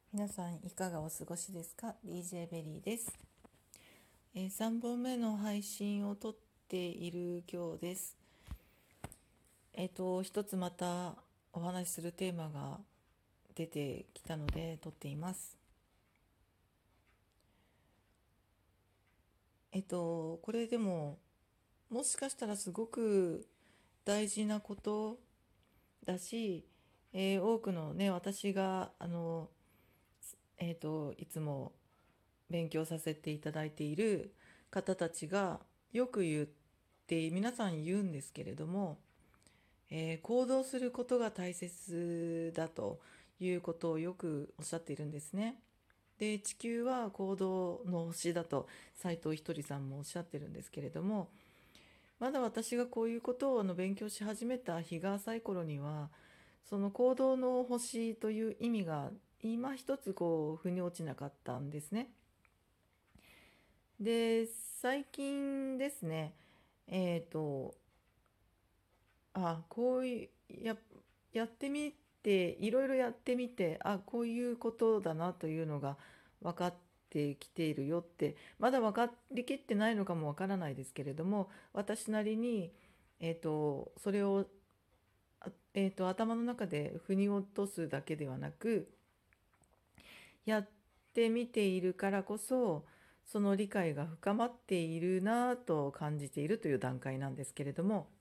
皆さんいかがお過ごしですか？ DJ ベリーです。3本目の配信を撮っている今日です。一つまたお話しするテーマが出てきたので撮っています。これでももしかしたらすごく大事なことだし、多くのね、私がいつも勉強させていただいている方たちがよく言って皆さん言うんですけれども、行動することが大切だということをよくおっしゃっているんですね。で、地球は行動の星だと斉藤ひとりさんもおっしゃってるんですけれども、まだ私がこういうことを勉強し始めた日が浅い頃には、その行動の星という意味が今一つ腑に落ちなかったんですね。で、最近ですね、えっと、こういうやってみて、いろいろやってみて、こういうことだなというのが分かってきているよって、まだ分かりきってないのかも分からないですけれども、私なりに、それを、頭の中で腑に落とすだけではなく、やってみているからこそ、その理解が深まっているなと感じているという段階なんですけれども、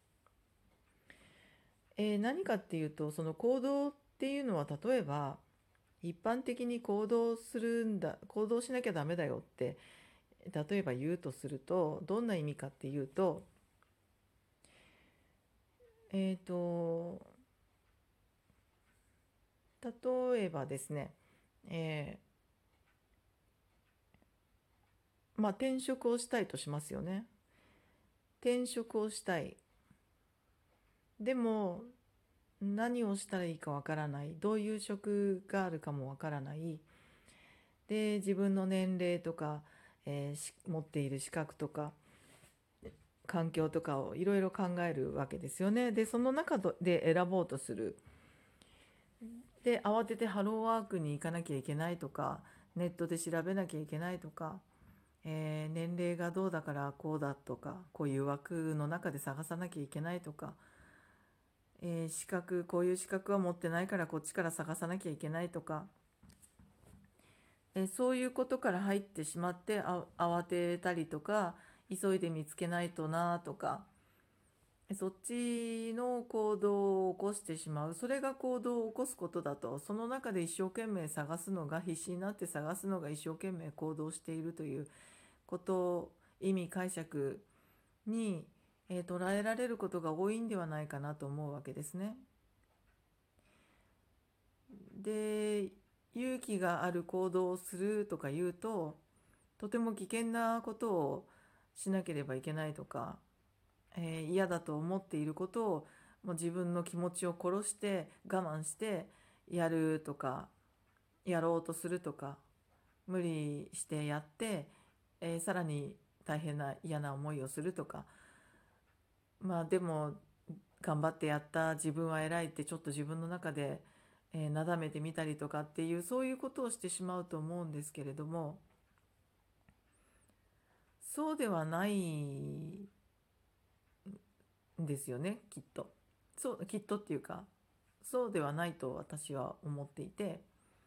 何かっていうと、その行動っていうのは、例えば一般的に行動しなきゃダメだよって例えば言うとすると、どんな意味かっていうと、えっと例えばですね、え転職をしたいとしますよね。転職をしたい。でも何をしたらいいかわからない。どういう職があるかもわからない。で、自分の年齢とか、持っている資格とか環境とかをいろいろ考えるわけですよね。で、その中で選ぼうとする。で、慌ててハローワークに行かなきゃいけないとか、ネットで調べなきゃいけないとか、年齢がどうだからこうだとか、こういう枠の中で探さなきゃいけないとか、こういう資格は持ってないからこっちから探さなきゃいけないとか、そういうことから入ってしまって慌てたりとか、急いで見つけないとなとか、そっちの行動を起こしてしまう。それが行動を起こすことだと、その中で一生懸命探すのが、必死になって探すのが一生懸命行動しているということ、意味解釈に、捉えられることが多いんではないかなと思うわけですね。で、勇気がある行動をするとか言うと、とても危険なことをしなければいけないとか、嫌だと思っていることをもう自分の気持ちを殺して我慢してやるとか、やろうとするとか、無理してやって、さらに大変な嫌な思いをするとか、でも頑張ってやった自分は偉いってちょっと自分の中で、なだめてみたりとかっていう、そういうことをしてしまうと思うんですけれども、そうではないんですよね、きっと。きっとっていうか、そうではないと私は思っていて、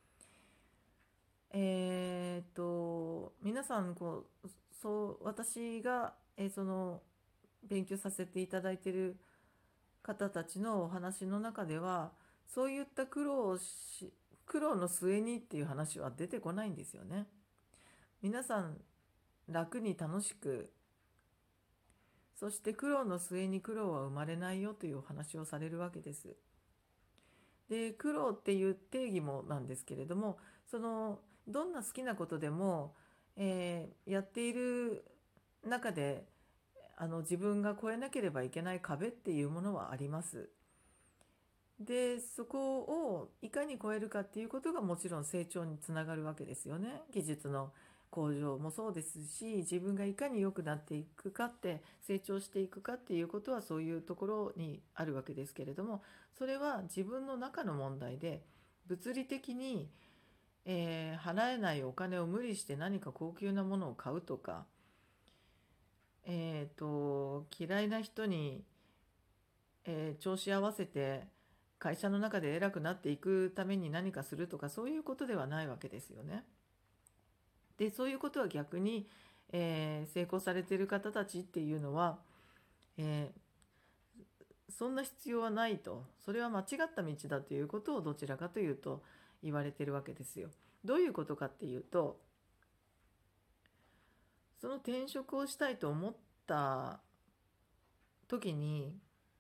皆さん私が、勉強させていただいている方たちのお話の中では、そういった苦労の末にっていう話は出てこないんですよね。皆さん楽に楽しく、そして苦労の末に苦労は生まれないよというお話をされるわけです。で、苦労っていう定義もなんですけれども、どんな好きなことでも、やっている中で自分が越えなければいけない壁っていうものはあります。で、そこをいかに超えるかっていうことがもちろん成長につながるわけですよね。技術の向上もそうですし、自分がいかに良くなっていくかって成長していくかっていうことはそういうところにあるわけですけれども、それは自分の中の問題で、物理的に払えないお金を無理して何か高級なものを買うとか、嫌いな人に、調子合わせて会社の中で偉くなっていくために何かするとか、そういうことではないわけですよね。で、そういうことは逆に、成功されている方たちっていうのは、えそんな必要はないと、それは間違った道だということをどちらかというと言われているわけですよ。どういうことかっていうと、その転職をしたいと思った時に、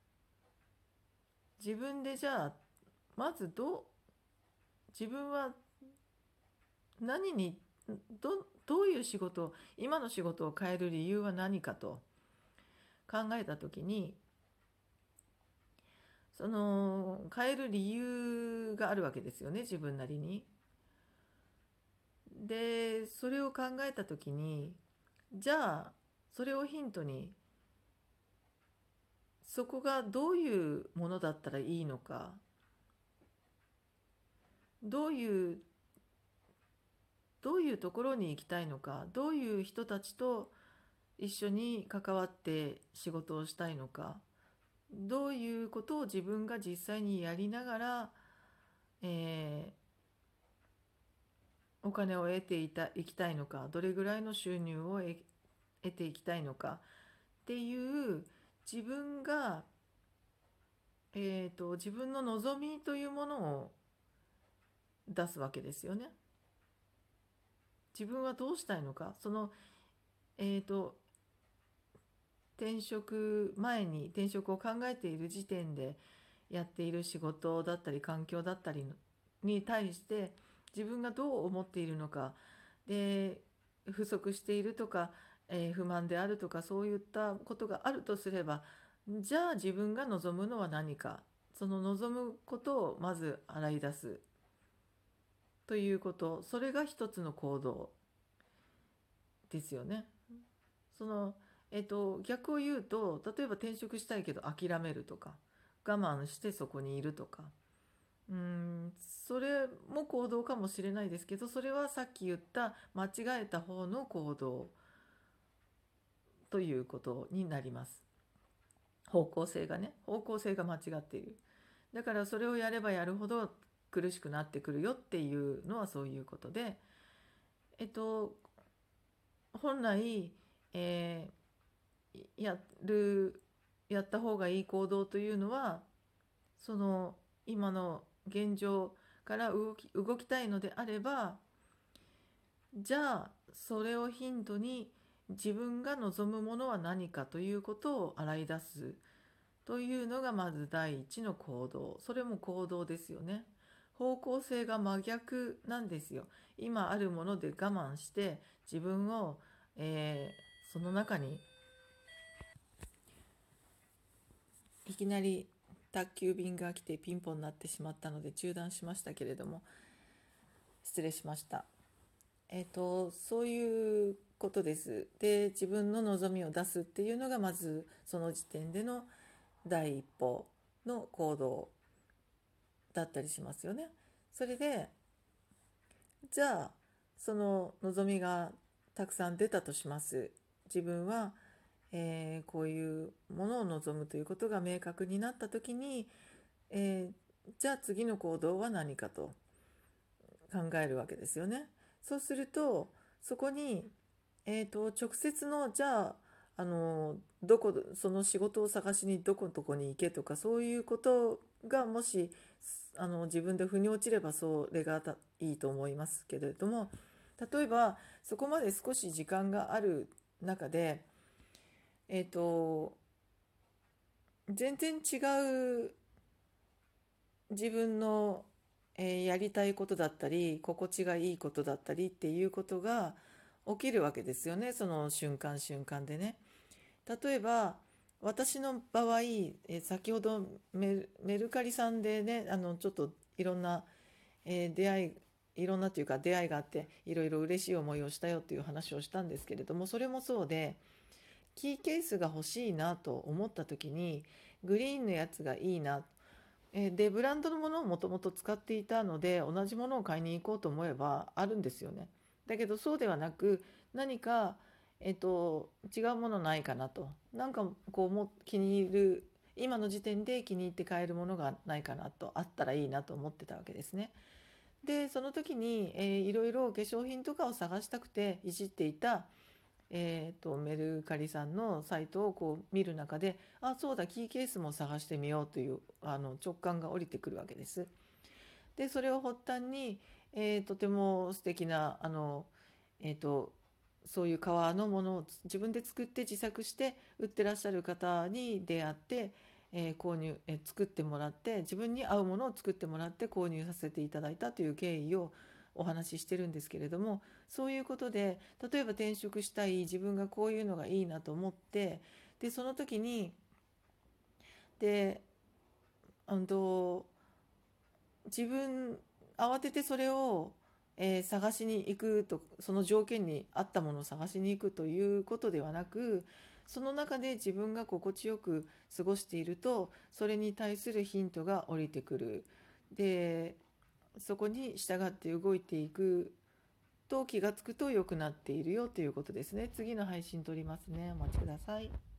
自分でじゃあまず自分は何にどういう仕事、今の仕事を変える理由は何かと考えた時に、その変える理由があるわけですよね、自分なりに。でそれを考えた時に、じゃあそれをヒントに、そこがどういうものだったらいいのか、どういうどういうところに行きたいのか、どういう人たちと一緒に関わって仕事をしたいのか、どういうことを自分が実際にやりながら、えお金をいきたいのか、どれぐらいの収入を得ていきたいのかっていう自分が、自分の望みというものを出すわけですよね。自分はどうしたいのか、その、えーと、転職を考えている時点でやっている仕事だったり環境だったりに対して自分がどう思っているのか、で不足しているとか、不満であるとか、そういったことがあるとすれば、じゃあ自分が望むのは何か、その望むことをまず洗い出すということ、それが一つの行動ですよね。その、逆を言うと、例えば転職したいけど諦めるとか、我慢してそこにいるとか、それも行動かもしれないですけど、それはさっき言った間違えた方の行動ということになります。方向性がね、方向性が間違っている。だからそれをやればやるほど苦しくなってくるよっていうのはそういうことで、えっと、本来、えやる、やった方がいい行動というのは、その今の現状から動きたいのであれば、じゃあそれをヒントに自分が望むものは何かということを洗い出すというのがまず第一の行動。それも行動ですよね。方向性が真逆なんですよ。今あるもので我慢して自分を、その中に、いきなり宅急便が来てピンポンになってしまったので中断しましたけれども、失礼しました。そういうことです。で、自分の望みを出すっていうのがまずその時点での第一歩の行動だったりしますよね。それで、じゃあその望みがたくさん出たとします。自分は、こういうものを望むということが明確になった時に、じゃあ次の行動は何かと考えるわけですよね。そうするとそこに、直接のじゃあ、その仕事を探しにどこに行けとか、そういうことがもし自分で腑に落ちればそれがいいと思いますけれども、例えばそこまで少し時間がある中で、全然違う自分の、やりたいことだったり心地がいいことだったりっていうことが起きるわけですよね、その瞬間瞬間でね。例えば私の場合、先ほどメルカリさんでね、ちょっといろんな、いろんなというか出会いがあっていろいろ嬉しい思いをしたよっていう話をしたんですけれども、それもそうで、キーケースが欲しいなと思った時にグリーンのやつがいいな、 でブランドのものをもともと使っていたので同じものを買いに行こうと思えばあるんですよね。だけどそうではなく何か、違うものないかなと、なんかこうも気に入る、今の時点で気に入って買えるものがないかなと、あったらいいなと思ってたわけですね。でその時に、いろいろ化粧品とかを探したくていじっていた、メルカリさんのサイトをこう見る中で、あ、そうだ、キーケースも探してみようという直感が降りてくるわけです。でそれを発端に、とても素敵なそういう革のものを自分で作って自作して売ってらっしゃる方に出会って、購入、作ってもらって、自分に合うものを作ってもらって購入させていただいたという経緯をお話ししてるんですけれども、そういうことで例えば転職したい、自分がこういうのがいいなと思って、でその時に、でうんと自分慌ててそれを、探しに行くと、その条件に合ったものを探しに行くということではなく、その中で自分が心地よく過ごしているとそれに対するヒントが降りてくる。でそこに従って動いていくと気がつくと良くなっているよということですね。次の配信撮りますね。お待ちください。